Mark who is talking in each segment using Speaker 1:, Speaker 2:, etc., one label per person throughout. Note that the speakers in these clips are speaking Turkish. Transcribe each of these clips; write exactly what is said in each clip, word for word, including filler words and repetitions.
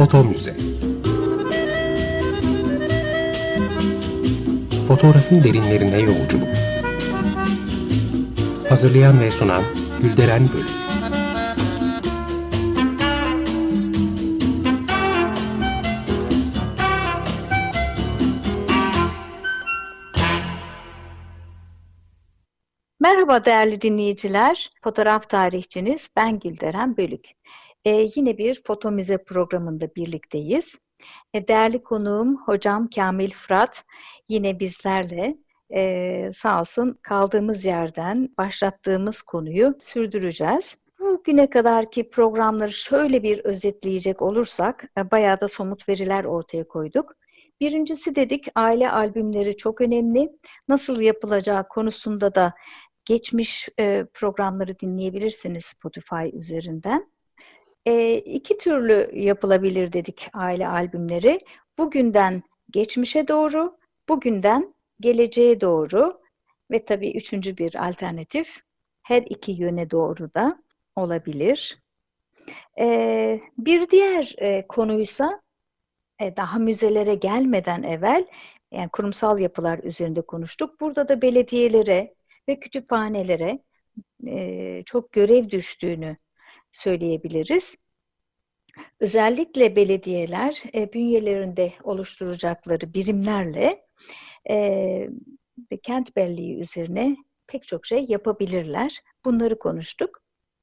Speaker 1: Foto Müze. Fotoğrafın derinlerine yolculuk. Hazırlayan ve sunan Gülderen Bölük.
Speaker 2: Merhaba değerli dinleyiciler, fotoğraf tarihçiniz ben Gülderen Bölük. Ee, yine bir foto müze programında birlikteyiz. Ee, değerli konuğum hocam Kamil Fırat yine bizlerle ee, sağ olsun kaldığımız yerden başlattığımız konuyu sürdüreceğiz. Bugüne kadarki programları şöyle bir özetleyecek olursak e, bayağı da somut veriler ortaya koyduk. Birincisi dedik aile albümleri çok önemli. Nasıl yapılacağı konusunda da geçmiş e, programları dinleyebilirsiniz Spotify üzerinden. E, iki türlü yapılabilir dedik aile albümleri. Bugünden geçmişe doğru, bugünden geleceğe doğru ve tabii üçüncü bir alternatif her iki yöne doğru da olabilir. E, bir diğer e, konuysa e, daha müzelere gelmeden evvel yani kurumsal yapılar üzerinde konuştuk. Burada da belediyelere ve kütüphanelere e, çok görev düştüğünü söyleyebiliriz. Özellikle belediyeler e, bünyelerinde oluşturacakları birimlerle e, kent belleği üzerine pek çok şey yapabilirler. Bunları konuştuk.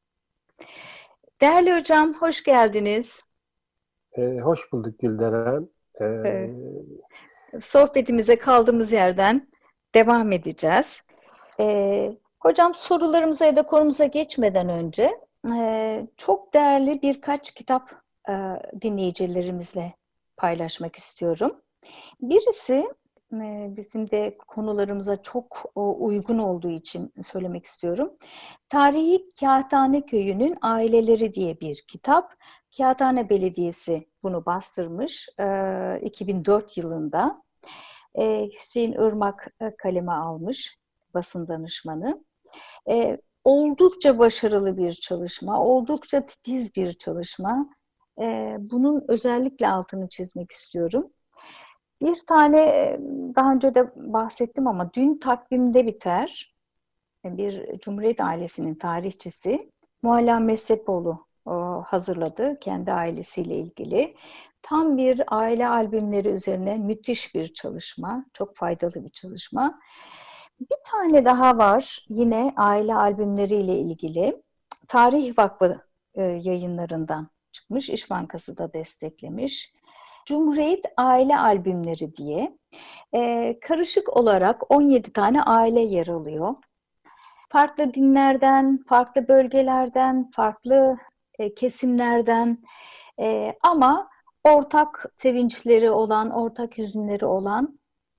Speaker 2: Değerli hocam, hoş geldiniz.
Speaker 3: Ee, hoş bulduk Gülderen. Ee,
Speaker 2: Evet. Sohbetimize kaldığımız yerden devam edeceğiz. Ee, hocam sorularımıza ya da konumuza geçmeden önce e, çok değerli birkaç kitap e, dinleyicilerimizle paylaşmak istiyorum. Birisi e, bizim de konularımıza çok o, uygun olduğu için söylemek istiyorum. Tarihi Kağıthane Köyü'nün Aileleri diye bir kitap. Kağıthane Belediyesi bunu bastırmış e, iki bin dört yılında. E, Hüseyin Irmak e, kaleme almış, basın danışmanı. E, oldukça başarılı bir çalışma, oldukça titiz bir çalışma. E, bunun özellikle altını çizmek istiyorum. Bir tane daha önce de bahsettim ama Dün Takvimde Biter, bir Cumhuriyet ailesinin tarihçisi Mualla Mezhepoğlu hazırladı kendi ailesiyle ilgili. Tam bir aile albümleri üzerine müthiş bir çalışma, çok faydalı bir çalışma. Bir tane daha var yine aile albümleriyle ilgili. Tarih Vakfı yayınlarından çıkmış, İş Bankası da desteklemiş. Cumhuriyet Aile Albümleri diye e, karışık olarak on yedi tane aile yer alıyor. Farklı dinlerden, farklı bölgelerden, farklı e, kesimlerden e, ama ortak sevinçleri olan, ortak hüzünleri olan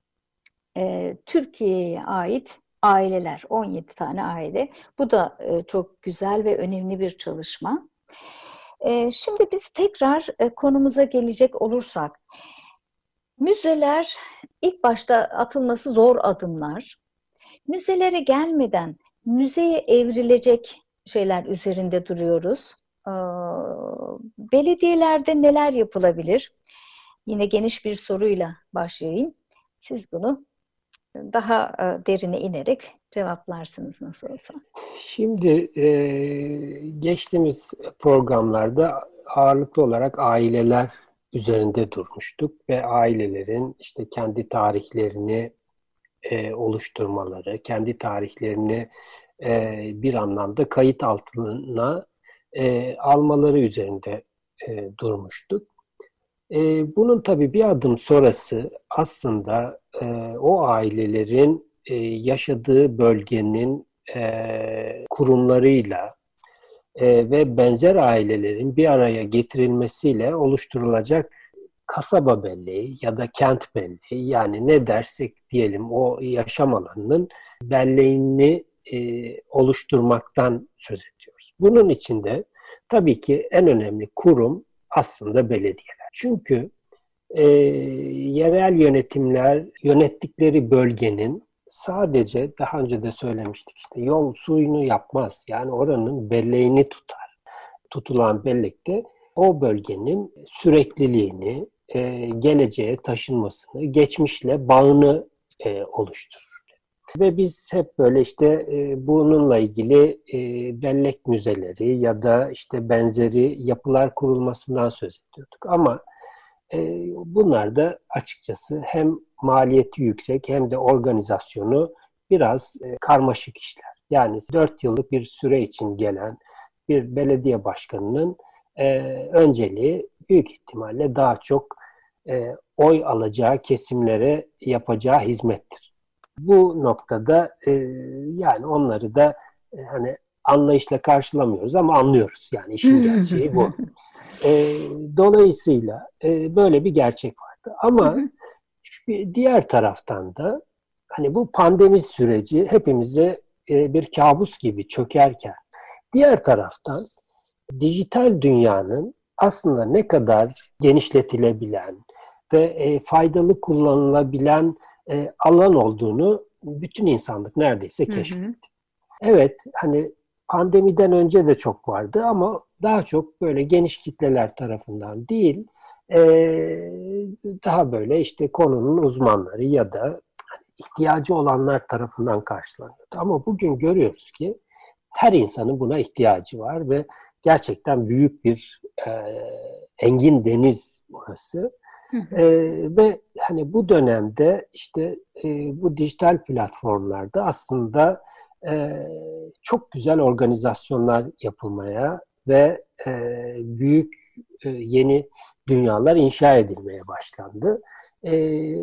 Speaker 2: e, Türkiye'ye ait aileler, on yedi tane aile. Bu da e, çok güzel ve önemli bir çalışma. E, şimdi biz tekrar e, konumuza gelecek olursak, müzeler ilk başta atılması zor adımlar. Müzelere gelmeden müzeye evrilecek şeyler üzerinde duruyoruz. Ee, belediyelerde neler yapılabilir? Yine geniş bir soruyla başlayayım. Siz bunu daha derine inerek cevaplarsınız nasıl olsa.
Speaker 3: Şimdi e, geçtiğimiz programlarda ağırlıklı olarak aileler üzerinde durmuştuk ve ailelerin işte kendi tarihlerini e, oluşturmaları, kendi tarihlerini e, bir anlamda kayıt altına e, almaları üzerinde e, durmuştuk. E, bunun tabii bir adım sonrası aslında e, o ailelerin e, yaşadığı bölgenin e, kurumlarıyla e, ve benzer ailelerin bir araya getirilmesiyle oluşturulacak kasaba belleği ya da kent belleği, yani ne dersek diyelim o yaşam alanının belleğini e, oluşturmaktan söz ediyoruz. Bunun içinde tabii ki en önemli kurum aslında belediyeler. Çünkü e, yerel yönetimler yönettikleri bölgenin sadece daha önce de söylemiştik işte yol suyunu yapmaz. Yani oranın belleğini tutar. Tutulan bellekte o bölgenin sürekliliğini, e, geleceğe taşınmasını, geçmişle bağını e, oluşturur. Ve biz hep böyle işte e, bununla ilgili e, bellek müzeleri ya da işte benzeri yapılar kurulmasından söz ediyorduk. Ama e, bunlar da açıkçası hem maliyeti yüksek hem de organizasyonu biraz e, karmaşık işler. Yani dört yıllık bir süre için gelen bir belediye başkanının e, önceliği büyük ihtimalle daha çok e, oy alacağı kesimlere yapacağı hizmettir. Bu noktada e, yani onları da e, hani anlayışla karşılamıyoruz ama anlıyoruz. Yani işin gerçeği bu. E, dolayısıyla e, böyle bir gerçek vardı. Ama bir diğer taraftan da hani bu pandemi süreci hepimize e, bir kabus gibi çökerken diğer taraftan dijital dünyanın aslında ne kadar genişletilebilen ve e, faydalı kullanılabilen e, alan olduğunu bütün insanlık neredeyse keşfetti. Hı hı. Evet, hani pandemiden önce de çok vardı ama daha çok böyle geniş kitleler tarafından değil, e, daha böyle işte konunun uzmanları ya da ihtiyacı olanlar tarafından karşılanıyordu. Ama bugün görüyoruz ki her insanın buna ihtiyacı var ve gerçekten büyük bir e, engin deniz burası. Hı hı. E, ve hani bu dönemde işte e, bu dijital platformlarda aslında e, çok güzel organizasyonlar yapılmaya ve e, büyük e, yeni dünyalar inşa edilmeye başlandı. E,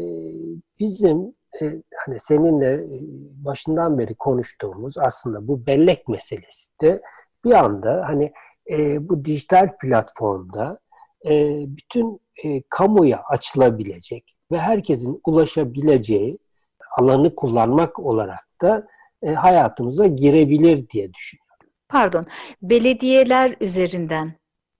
Speaker 3: bizim e, hani seninle başından beri konuştuğumuz aslında bu bellek meselesi de bir anda hani e, bu dijital platformda e, bütün e, kamuya açılabilecek ve herkesin ulaşabileceği alanı kullanmak olarak da e, hayatımıza girebilir diye düşünüyorum.
Speaker 2: Pardon, belediyeler üzerinden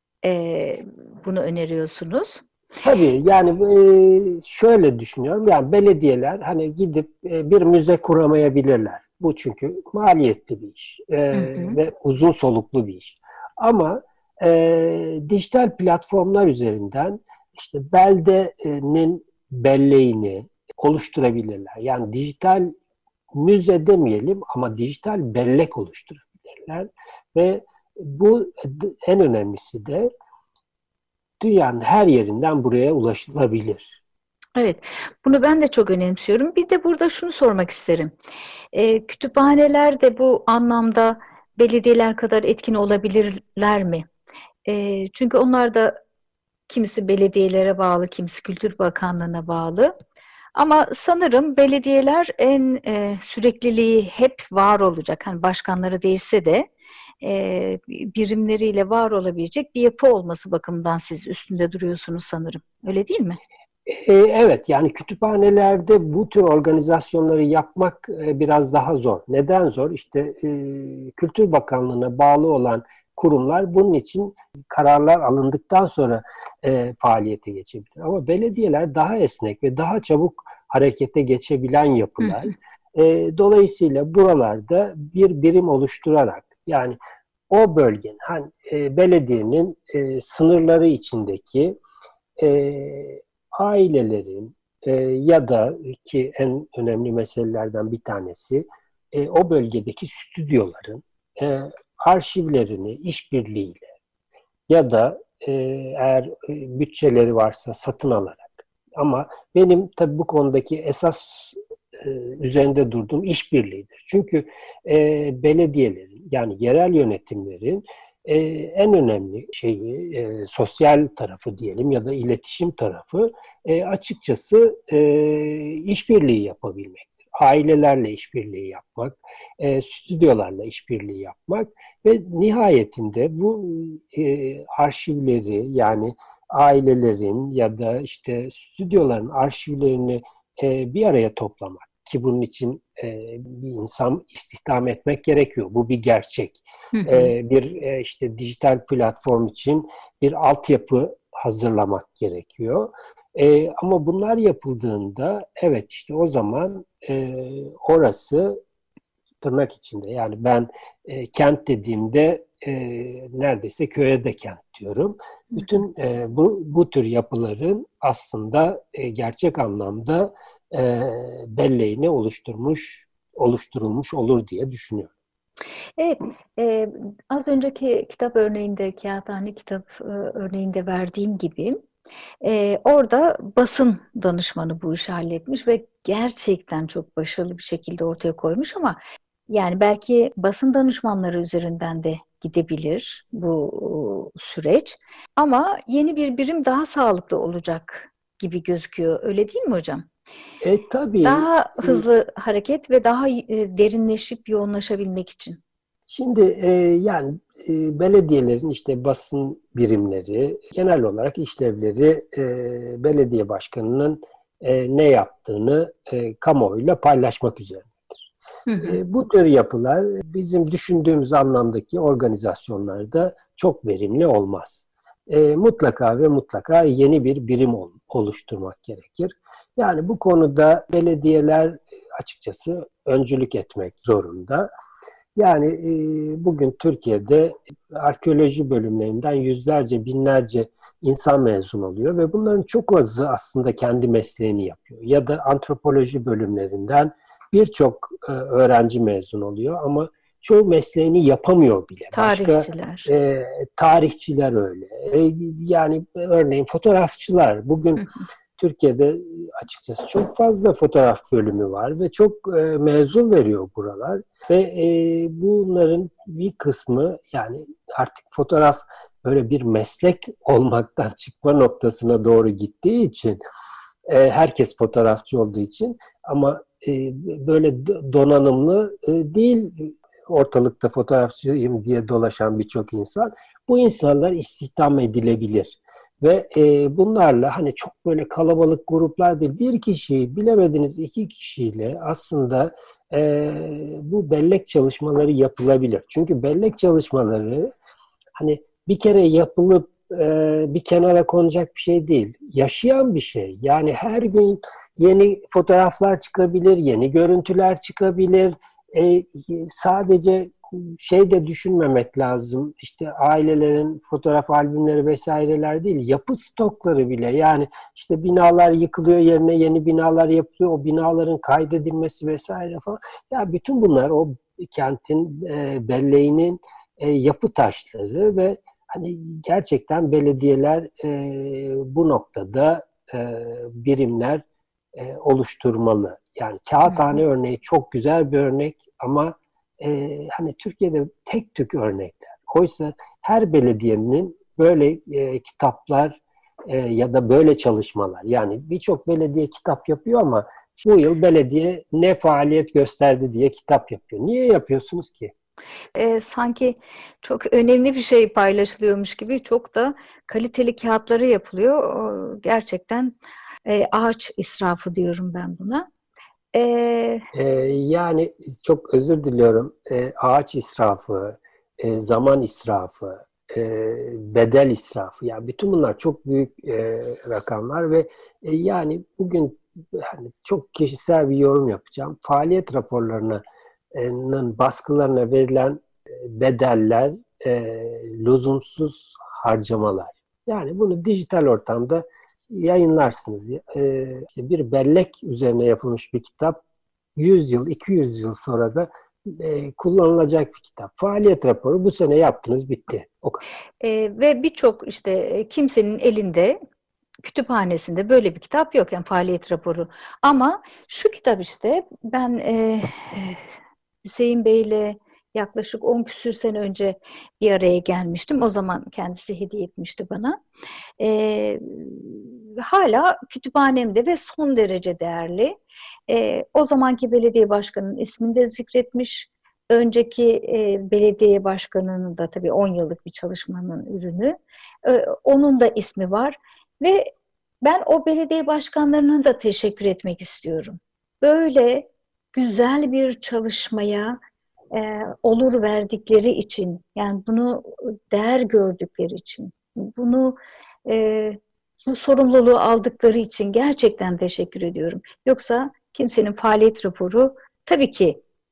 Speaker 2: e, bunu öneriyorsunuz.
Speaker 3: Tabii yani e, şöyle düşünüyorum. Yani belediyeler hani gidip e, bir müze kuramayabilirler. Bu çünkü maliyetli bir iş e, hı hı. ve uzun soluklu bir iş. Ama e, dijital platformlar üzerinden işte beldenin belleğini oluşturabilirler. Yani dijital müze demeyelim ama dijital bellek oluşturabilirler. Ve bu en önemlisi de dünyanın her yerinden buraya ulaşılabilir.
Speaker 2: Evet, bunu ben de çok önemsiyorum. Bir de burada şunu sormak isterim. E, kütüphaneler de bu anlamda belediyeler kadar etkin olabilirler mi? E, çünkü onlar da kimisi belediyelere bağlı, kimisi Kültür Bakanlığı'na bağlı. Ama sanırım belediyeler en e, sürekliliği hep var olacak. Hani başkanları değişse de e, birimleriyle var olabilecek bir yapı olması bakımından siz üstünde duruyorsunuz sanırım. Öyle değil mi?
Speaker 3: E, evet, yani kütüphanelerde bu tür organizasyonları yapmak e, biraz daha zor. Neden zor? İşte e, Kültür Bakanlığı'na bağlı olan kurumlar bunun için kararlar alındıktan sonra e, faaliyete geçebilir. Ama belediyeler daha esnek ve daha çabuk harekete geçebilen yapılar. E, dolayısıyla buralarda bir birim oluşturarak yani o bölgenin, hani e, belediyenin e, sınırları içindeki e, ailelerin e, ya da ki en önemli meselelerden bir tanesi e, o bölgedeki stüdyoların e, arşivlerini işbirliğiyle ya da e, eğer e, bütçeleri varsa satın alarak, ama benim tabii bu konudaki esas e, üzerinde durduğum işbirliğidir. Çünkü e, belediyelerin yani yerel yönetimlerin e, en önemli şeyi e, sosyal tarafı diyelim ya da iletişim tarafı e, açıkçası e, işbirliği yapabilmektir. Ailelerle işbirliği yapmak, e, stüdyolarla işbirliği yapmak ve nihayetinde bu e, arşivleri yani ailelerin ya da işte stüdyoların arşivlerini e, bir araya toplamak ki bunun için e, bir insan istihdam etmek gerekiyor. Bu bir gerçek. Hı hı. E, bir e, işte dijital platform için bir altyapı hazırlamak gerekiyor. E, ama bunlar yapıldığında evet işte o zaman e, orası tırnak içinde yani ben e, kent dediğimde e, neredeyse köye de kent istiyorum. Bütün e, bu bu tür yapıların aslında e, gerçek anlamda e, belleğini oluşturmuş oluşturulmuş olur diye düşünüyorum.
Speaker 2: Evet, e, az önceki kitap örneğinde, Kağıthane kitap e, örneğinde verdiğim gibi e, orada basın danışmanı bu işi halletmiş ve gerçekten çok başarılı bir şekilde ortaya koymuş ama yani belki basın danışmanları üzerinden de gidebilir bu süreç ama yeni bir birim daha sağlıklı olacak gibi gözüküyor. Öyle değil mi hocam?
Speaker 3: E tabii.
Speaker 2: Daha hızlı hareket ve daha e, derinleşip yoğunlaşabilmek için.
Speaker 3: Şimdi e, yani e, belediyelerin işte basın birimleri genel olarak işlevleri e, belediye başkanının e, ne yaptığını e, kamuoyuyla paylaşmak üzerinedir.
Speaker 2: Hı hı.
Speaker 3: E, bu tür yapılar bizim düşündüğümüz anlamdaki organizasyonlarda çok verimli olmaz. E, mutlaka ve mutlaka yeni bir birim ol, oluşturmak gerekir. Yani bu konuda belediyeler açıkçası öncülük etmek zorunda. Yani e, bugün Türkiye'de arkeoloji bölümlerinden yüzlerce, binlerce insan mezun oluyor ve bunların çok azı aslında kendi mesleğini yapıyor. Ya da antropoloji bölümlerinden birçok e, öğrenci mezun oluyor ama çoğu mesleğini yapamıyor bile.
Speaker 2: Tarihçiler.
Speaker 3: Başka e, tarihçiler öyle. E, yani örneğin fotoğrafçılar. Bugün
Speaker 2: Hı hı.
Speaker 3: Türkiye'de açıkçası çok fazla fotoğraf bölümü var ve çok e, mezun veriyor buralar ve e, bunların bir kısmı yani artık fotoğraf böyle bir meslek olmaktan çıkma noktasına doğru gittiği için e, herkes fotoğrafçı olduğu için ama e, böyle donanımlı e, değil ortalıkta fotoğrafçıyım diye dolaşan birçok insan. Bu insanlar istihdam edilebilir. Ve e, bunlarla hani çok böyle kalabalık gruplar değil, bir kişi, bilemediniz iki kişiyle aslında e, bu bellek çalışmaları yapılabilir. Çünkü bellek çalışmaları hani bir kere yapılıp e, bir kenara konacak bir şey değil. Yaşayan bir şey. Yani her gün yeni fotoğraflar çıkabilir, yeni görüntüler çıkabilir. E, sadece şey de düşünmemek lazım. İşte ailelerin fotoğraf albümleri vesaireler değil, yapı stokları bile. Yani işte binalar yıkılıyor, yerine yeni binalar yapılıyor. O binaların kaydedilmesi vesaire falan. Ya bütün bunlar o kentin e, belleğinin e, yapı taşları ve hani gerçekten belediyeler e, bu noktada e, birimler e, oluşturmalı. Yani Kağıthane örneği çok güzel bir örnek ama e, hani Türkiye'de tek tük örnekler. Oysa her belediyenin böyle e, kitaplar e, ya da böyle çalışmalar. Yani birçok belediye kitap yapıyor ama bu yıl belediye ne faaliyet gösterdi diye kitap yapıyor. Niye yapıyorsunuz ki?
Speaker 2: E, sanki çok önemli bir şey paylaşılıyormuş gibi çok da kaliteli kağıtları yapılıyor. O, gerçekten e, ağaç israfı diyorum ben buna. E,
Speaker 3: Ee, yani çok özür diliyorum. Ee, ağaç israfı, e, zaman israfı, e, bedel israfı. Yani bütün bunlar çok büyük e, rakamlar ve e, yani bugün hani çok kişisel bir yorum yapacağım. Faaliyet raporlarının baskılarına verilen e, bedeller e, lüzumsuz harcamalar. Yani bunu dijital ortamda yayınlarsınız. E, işte bir bellek üzerine yapılmış bir kitap yüz yıl, iki yüz yıl sonra da e, kullanılacak bir kitap. Faaliyet raporu bu sene yaptınız, bitti. O kadar.
Speaker 2: e, ve birçok işte e, kimsenin elinde kütüphanesinde böyle bir kitap yok yani faaliyet raporu. Ama şu kitap işte ben e, Hüseyin Bey'le yaklaşık on küsür sene önce bir araya gelmiştim. O zaman kendisi hediye etmişti bana. E, hala kütüphanemde ve son derece değerli. E, o zamanki belediye başkanının ismini de zikretmiş. Önceki e, belediye başkanının da tabii on yıllık bir çalışmanın ürünü. E, onun da ismi var. Ve ben o belediye başkanlarına da teşekkür etmek istiyorum. Böyle güzel bir çalışmaya e, olur verdikleri için, yani bunu değer gördükleri için, bunu e, bu sorumluluğu aldıkları için gerçekten teşekkür ediyorum. Yoksa kimsenin faaliyet raporu tabii ki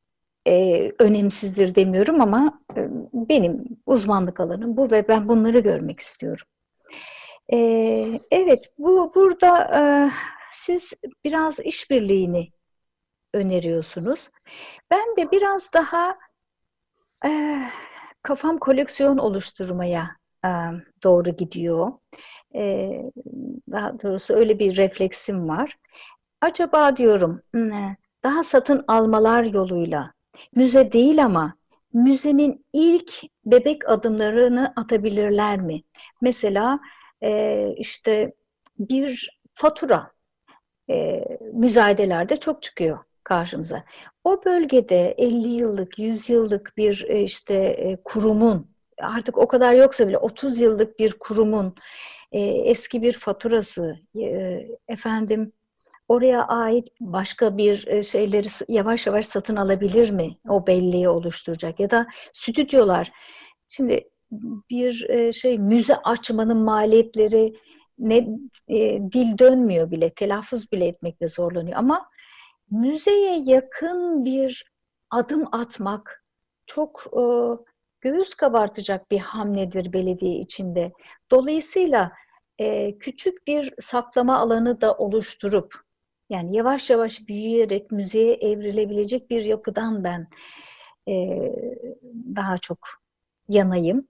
Speaker 2: e, önemsizdir demiyorum ama e, benim uzmanlık alanım bu ve ben bunları görmek istiyorum. E, evet, bu burada e, siz biraz işbirliğini öneriyorsunuz. Ben de biraz daha e, kafam koleksiyon oluşturmaya e, doğru gidiyor. E, Daha doğrusu öyle bir refleksim var. Acaba diyorum daha satın almalar yoluyla müze değil ama müzenin ilk bebek adımlarını atabilirler mi? Mesela e, işte bir fatura e, müzayedelerde çok çıkıyor karşımıza. O bölgede elli yıllık, yüz yıllık bir e, işte e, kurumun, artık o kadar yoksa bile otuz yıllık bir kurumun e, eski bir faturası, e, efendim oraya ait başka bir e, şeyleri s- yavaş yavaş satın alabilir mi? O belleği oluşturacak. Ya da stüdyolar. Şimdi bir e, şey müze açmanın maliyetleri ne e, dil dönmüyor bile, telaffuz bile etmekte zorlanıyor. Ama müzeye yakın bir adım atmak çok e, göğüs kabartacak bir hamledir belediye içinde. Dolayısıyla e, küçük bir saklama alanı da oluşturup, yani yavaş yavaş büyüyerek müzeye evrilebilecek bir yapıdan ben e, daha çok yanayım.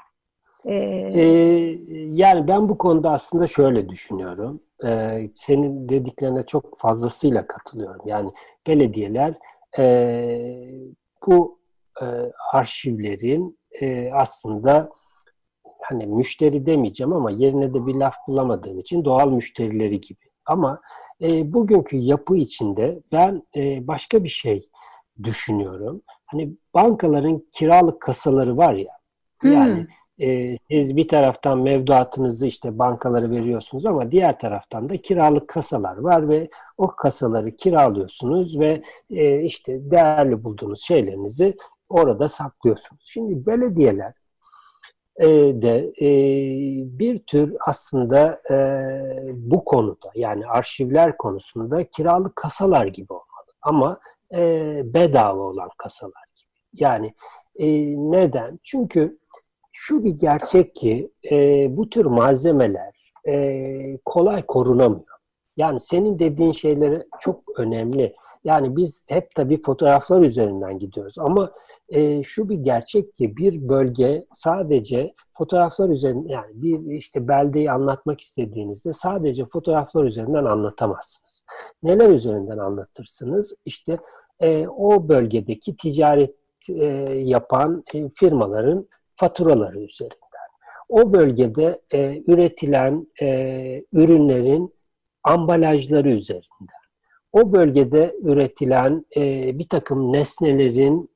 Speaker 3: Ee,
Speaker 2: E,
Speaker 3: Yani ben bu konuda aslında şöyle düşünüyorum. Ee, senin dediklerine çok fazlasıyla katılıyorum. Yani belediyeler e, bu e, arşivlerin e, aslında hani müşteri demeyeceğim ama yerine de bir laf bulamadığım için doğal müşterileri gibi. Ama e, bugünkü yapı içinde ben e, başka bir şey düşünüyorum. Hani bankaların kiralık kasaları var ya, yani
Speaker 2: hmm,
Speaker 3: e, siz bir taraftan mevduatınızı işte bankalara veriyorsunuz ama diğer taraftan da kiralık kasalar var ve o kasaları kiralıyorsunuz ve e, işte değerli bulduğunuz şeylerinizi orada saklıyorsunuz. Şimdi belediyeler e, de e, bir tür aslında e, bu konuda, yani arşivler konusunda kiralık kasalar gibi olmalı. Ama e, bedava olan kasalar gibi. Yani e, neden? Çünkü şu bir gerçek ki e, bu tür malzemeler e, kolay korunamıyor. Yani senin dediğin şeyleri çok önemli. Yani biz hep tabii fotoğraflar üzerinden gidiyoruz ama e, şu bir gerçek ki bir bölge sadece fotoğraflar üzerinden, yani bir işte beldeyi anlatmak istediğinizde sadece fotoğraflar üzerinden anlatamazsınız. Neler üzerinden anlatırsınız? İşte e, o bölgedeki ticaret e, yapan e, firmaların faturaları üzerinden. O bölgede e, üretilen e, ürünlerin ambalajları üzerinden. O bölgede üretilen e, bir takım nesnelerin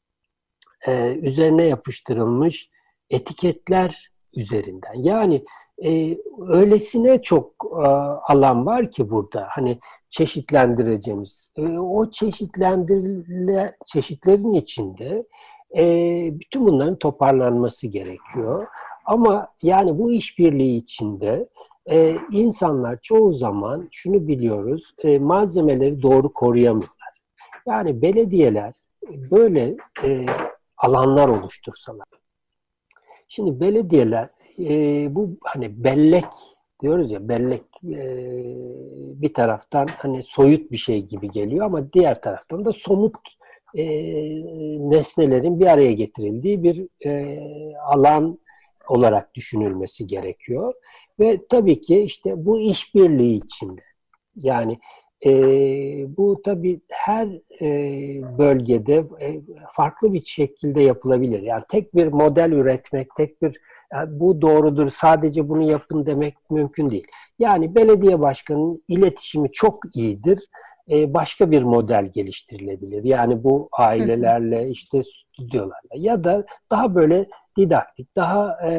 Speaker 3: e, üzerine yapıştırılmış etiketler üzerinden. Yani e, öylesine çok e, alan var ki burada. Hani çeşitlendireceğimiz. E, o çeşitlendirile çeşitlerin içinde e, bütün bunların toparlanması gerekiyor. Ama yani bu işbirliği içinde e, insanlar çoğu zaman şunu biliyoruz, e, malzemeleri doğru koruyamıyorlar. Yani belediyeler böyle e, alanlar oluştursalar. Şimdi belediyeler e, bu hani bellek diyoruz ya, bellek e, bir taraftan hani soyut bir şey gibi geliyor ama diğer taraftan da somut e, nesnelerin bir araya getirildiği bir e, alan olarak düşünülmesi gerekiyor. Ve tabii ki işte bu işbirliği içinde, yani e, bu tabii her e, bölgede e, farklı bir şekilde yapılabilir. Yani tek bir model üretmek, tek bir yani bu doğrudur, sadece bunu yapın demek mümkün değil. Yani belediye başkanının iletişimi çok iyidir. E, başka bir model geliştirilebilir. Yani bu
Speaker 2: hı hı.
Speaker 3: ailelerle, işte stüdyolarla ya da daha böyle didaktik, daha e,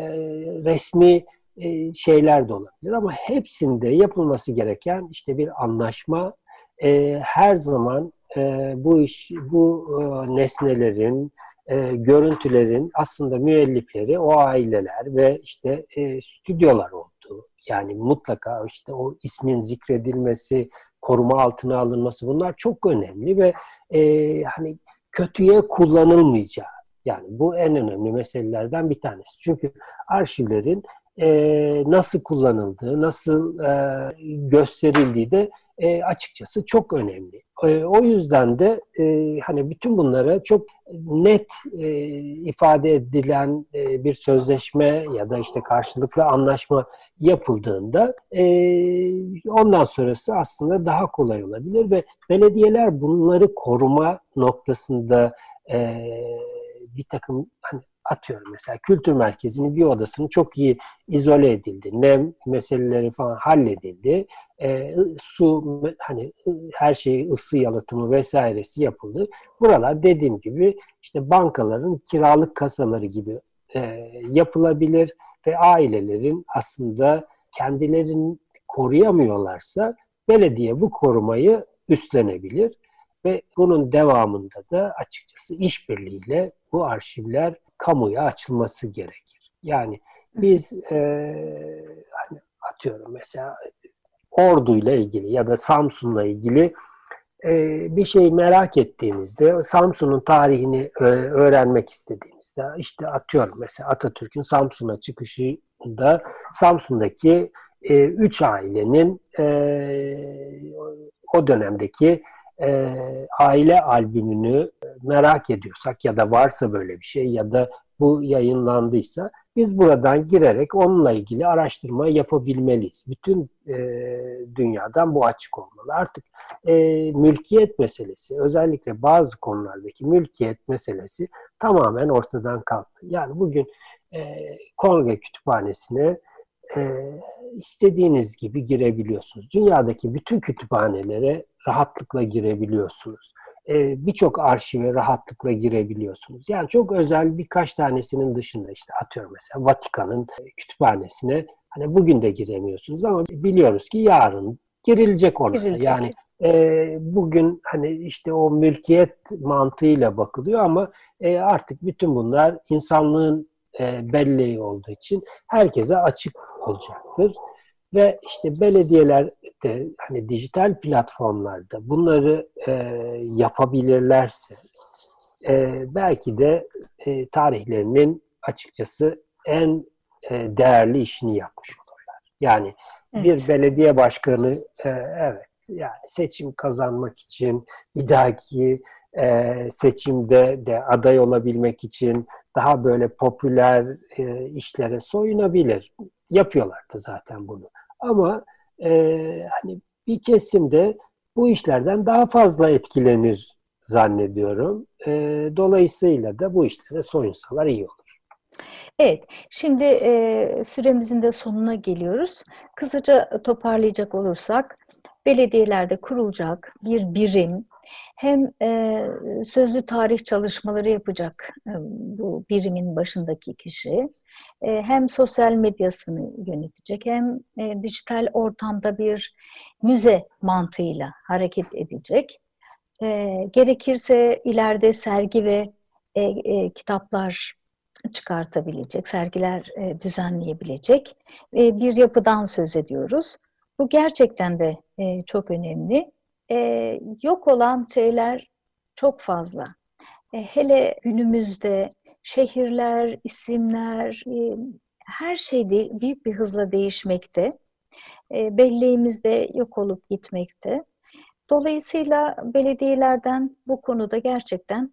Speaker 3: resmi e, şeyler de olabilir ama hepsinde yapılması gereken işte bir anlaşma, e, her zaman e, bu iş, bu e, nesnelerin, e, görüntülerin aslında müellifleri o aileler ve işte e, stüdyolar olduğu, yani mutlaka işte o ismin zikredilmesi, koruma altına alınması, bunlar çok önemli ve e, hani kötüye kullanılmayacağı. Yani bu en önemli meselelerden bir tanesi. Çünkü arşivlerin e, nasıl kullanıldığı, nasıl e, gösterildiği de e, açıkçası çok önemli. E, o yüzden de e, hani bütün bunlara çok net e, ifade edilen e, bir sözleşme ya da işte karşılıklı anlaşma yapıldığında e, ondan sonrası aslında daha kolay olabilir ve belediyeler bunları koruma noktasında e, bir takım hani atıyorum mesela kültür merkezinin bir odasının çok iyi izole edildi. Nem meseleleri falan halledildi. E, su hani her şey ısı yalıtımı vesairesi yapıldı. Buralar dediğim gibi işte bankaların kiralık kasaları gibi e, yapılabilir ve ailelerin aslında kendilerini koruyamıyorlarsa belediye bu korumayı üstlenebilir. Ve bunun devamında da açıkçası işbirliğiyle bu arşivler kamuya açılması gerekir. Yani biz e, hani atıyorum mesela Ordu'yla ilgili ya da Samsun'la ilgili e, bir şey merak ettiğimizde, Samsun'un tarihini e, öğrenmek istediğimizde, işte atıyorum mesela Atatürk'ün Samsun'a çıkışında Samsun'daki e, üç ailenin e, o dönemdeki e, aile albümünü merak ediyorsak ya da varsa böyle bir şey ya da bu yayınlandıysa biz buradan girerek onunla ilgili araştırma yapabilmeliyiz. Bütün e, dünyadan bu açık olmalı. Artık e, mülkiyet meselesi, özellikle bazı konulardaki mülkiyet meselesi tamamen ortadan kalktı. Yani bugün e, Kongre Kütüphanesi'ne e, istediğiniz gibi girebiliyorsunuz. Dünyadaki bütün kütüphanelere rahatlıkla girebiliyorsunuz. Ee, birçok arşive rahatlıkla girebiliyorsunuz. Yani çok özel birkaç tanesinin dışında işte atıyorum mesela Vatikan'ın kütüphanesine hani bugün de giremiyorsunuz ama biliyoruz ki yarın girilecek oralara. Yani
Speaker 2: Girilecek.
Speaker 3: e, bugün hani işte o mülkiyet mantığıyla bakılıyor ama e, artık bütün bunlar insanlığın e, belleği olduğu için herkese açık olacaktır. Ve işte belediyeler de hani dijital platformlarda bunları e, yapabilirlerse e, belki de e, tarihlerinin açıkçası en e, değerli işini yapmış olurlar. Yani bir
Speaker 2: Evet.
Speaker 3: belediye başkanı e, evet yani seçim kazanmak için bir dahaki e, seçimde de aday olabilmek için daha böyle popüler e, işlere soyunabilir. Yapıyorlar da zaten bunu. Ama e, hani bir kesim de bu işlerden daha fazla etkilenir zannediyorum. E, dolayısıyla da bu işlere soyunsalar iyi olur.
Speaker 2: Evet, şimdi e, süremizin de sonuna geliyoruz. Kısaca toparlayacak olursak, belediyelerde kurulacak bir birim, hem e, sözlü tarih çalışmaları yapacak e, bu birimin başındaki kişi, e, hem sosyal medyasını yönetecek, hem e, dijital ortamda bir müze mantığıyla hareket edecek. E, gerekirse ileride sergi ve e, e, kitaplar çıkartabilecek, sergiler e, düzenleyebilecek e, bir yapıdan söz ediyoruz. Bu gerçekten de e, çok önemli. E, yok olan şeyler çok fazla. E, hele günümüzde şehirler, isimler, e, her şey de büyük bir hızla değişmekte. E, belleğimiz de yok olup gitmekte. Dolayısıyla belediyelerden bu konuda gerçekten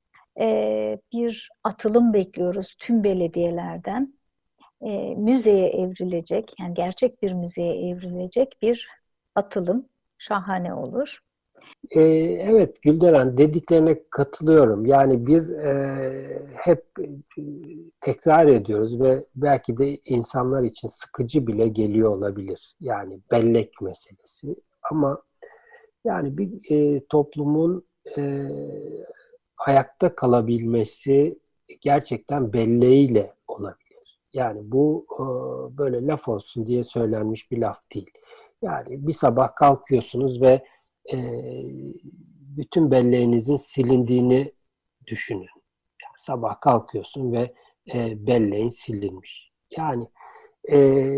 Speaker 2: e, bir atılım bekliyoruz tüm belediyelerden. E, müzeye evrilecek, yani gerçek bir müzeye evrilecek bir atılım şahane olur.
Speaker 3: E, evet Gülderen dediklerine katılıyorum. Yani bir e, hep e, tekrar ediyoruz ve belki de insanlar için sıkıcı bile geliyor olabilir. Yani bellek meselesi. Ama yani bir e, toplumun e, ayakta kalabilmesi gerçekten belleğiyle olabilir. Yani bu e, böyle laf olsun diye söylenmiş bir laf değil. Yani bir sabah kalkıyorsunuz ve e, bütün belleğinizin silindiğini düşünün. Yani sabah kalkıyorsun ve e, belleğin silinmiş. Yani e,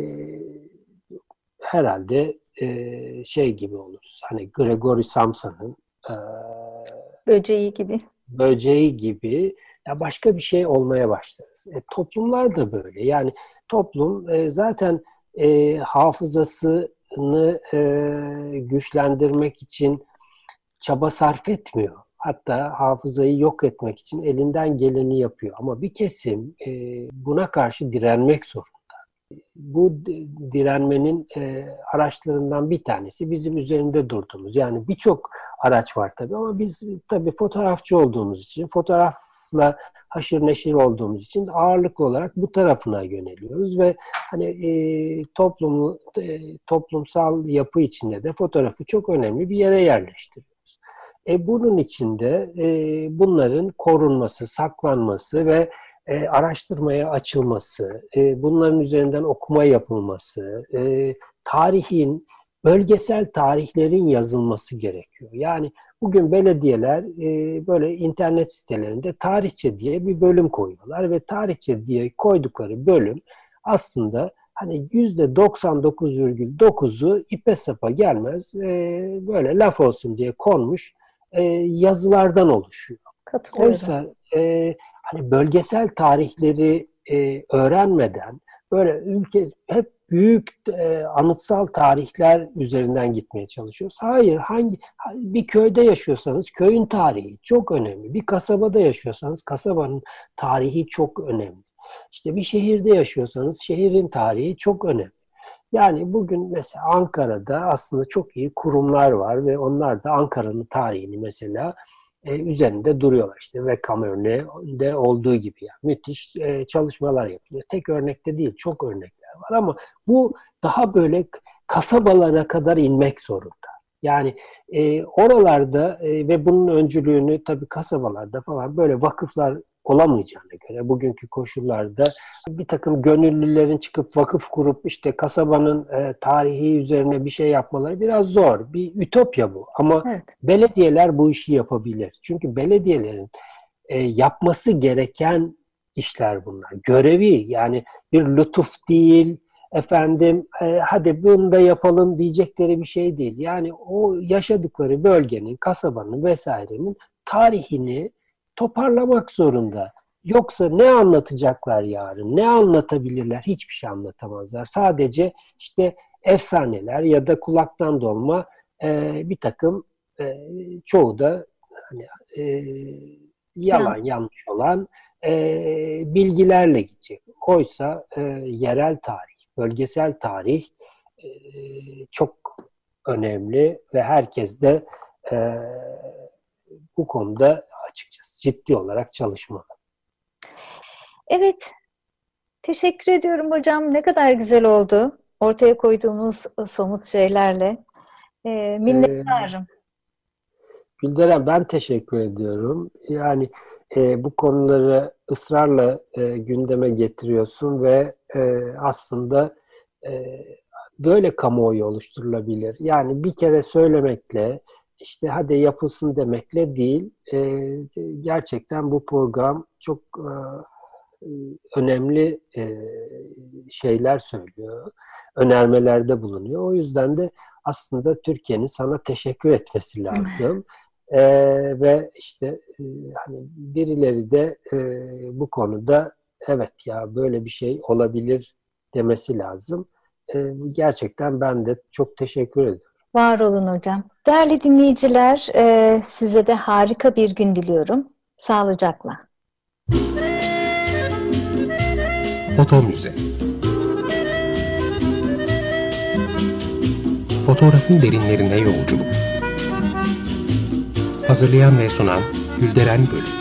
Speaker 3: herhalde e, şey gibi oluruz. Hani Gregory Samsa'nın e,
Speaker 2: Böceği gibi.
Speaker 3: böceği gibi ya başka bir şey olmaya başlarız. E, toplumlar da böyle. Yani toplum e, zaten e, hafızasını e, güçlendirmek için çaba sarf etmiyor. Hatta hafızayı yok etmek için elinden geleni yapıyor. Ama bir kesim e, buna karşı direnmek zorunda. Bu direnmenin e, araçlarından bir tanesi bizim üzerinde durduğumuz. Yani birçok araç var tabii ama biz tabii fotoğrafçı olduğumuz için, fotoğrafla haşır neşir olduğumuz için ağırlıklı olarak bu tarafına yöneliyoruz ve hani e, toplumu, e, toplumsal yapı içinde de fotoğrafı çok önemli bir yere yerleştiriyoruz. E, bunun içinde e, bunların korunması, saklanması ve E, araştırmaya açılması, e, bunların üzerinden okuma yapılması, e, tarihin, bölgesel tarihlerin yazılması gerekiyor. Yani bugün belediyeler e, böyle internet sitelerinde tarihçe diye bir bölüm koyuyorlar ve tarihçe diye koydukları bölüm aslında hani yüzde doksan dokuz virgül dokuzu ipe sapa gelmez, e, böyle laf olsun diye konmuş e, yazılardan oluşuyor.
Speaker 2: Katılıyorum.
Speaker 3: Oysa e, hani bölgesel tarihleri e, öğrenmeden böyle ülke hep büyük e, anıtsal tarihler üzerinden gitmeye çalışıyoruz. Hayır, hangi bir köyde yaşıyorsanız köyün tarihi çok önemli. Bir kasabada yaşıyorsanız kasabanın tarihi çok önemli. İşte bir şehirde yaşıyorsanız şehrin tarihi çok önemli. Yani bugün mesela Ankara'da aslında çok iyi kurumlar var ve onlar da Ankara'nın tarihini mesela E, üzerinde duruyorlar işte ve Kamerun'de olduğu gibi yani müthiş e, çalışmalar yapılıyor. Tek örnekte değil, çok örnekler var ama bu daha böyle kasabalara kadar inmek zorunda. Yani e, oralarda e, ve bunun öncülüğünü tabii kasabalarda falan böyle vakıflar olamayacağına göre bugünkü koşullarda bir takım gönüllülerin çıkıp vakıf kurup işte kasabanın e, tarihi üzerine bir şey yapmaları biraz zor. Bir ütopya bu. Ama evet, belediyeler bu işi yapabilir. Çünkü belediyelerin e, yapması gereken işler bunlar. Görevi yani bir lütuf değil, efendim e, hadi bunu da yapalım diyecekleri bir şey değil. Yani o yaşadıkları bölgenin, kasabanın vesairenin tarihini toparlamak zorunda. Yoksa ne anlatacaklar yarın? Ne anlatabilirler? Hiçbir şey anlatamazlar. Sadece işte efsaneler ya da kulaktan dolma e, bir takım e, çoğu da hani, e, yalan ya. yanlış olan e, bilgilerle gidecek. Oysa e, yerel tarih, bölgesel tarih e, çok önemli ve herkes de e, bu konuda açıkçası ciddi olarak çalışmalı.
Speaker 2: Evet, teşekkür ediyorum hocam. Ne kadar güzel oldu ortaya koyduğumuz somut şeylerle. E, minnettarım.
Speaker 3: Ee, Gülderen, ben teşekkür ediyorum. Yani e, bu konuları ısrarla e, gündeme getiriyorsun ve e, aslında e, böyle kamuoyu oluşturulabilir. Yani bir kere söylemekle, işte hadi yapılsın demekle değil, e, gerçekten bu program çok e, önemli e, şeyler söylüyor, önermelerde bulunuyor. O yüzden de aslında Türkiye'nin sana teşekkür etmesi lazım. Ee, ve işte e, hani birileri de e, bu konuda evet ya böyle bir şey olabilir demesi lazım. E, gerçekten ben de çok teşekkür ediyorum.
Speaker 2: Var olun hocam. Değerli dinleyiciler, e, size de harika bir gün diliyorum. Sağlıcakla.
Speaker 1: Foto Müze. Fotoğrafın derinlerine yolculuk. Hazırlayan ve sunan Gülderen Bölüm.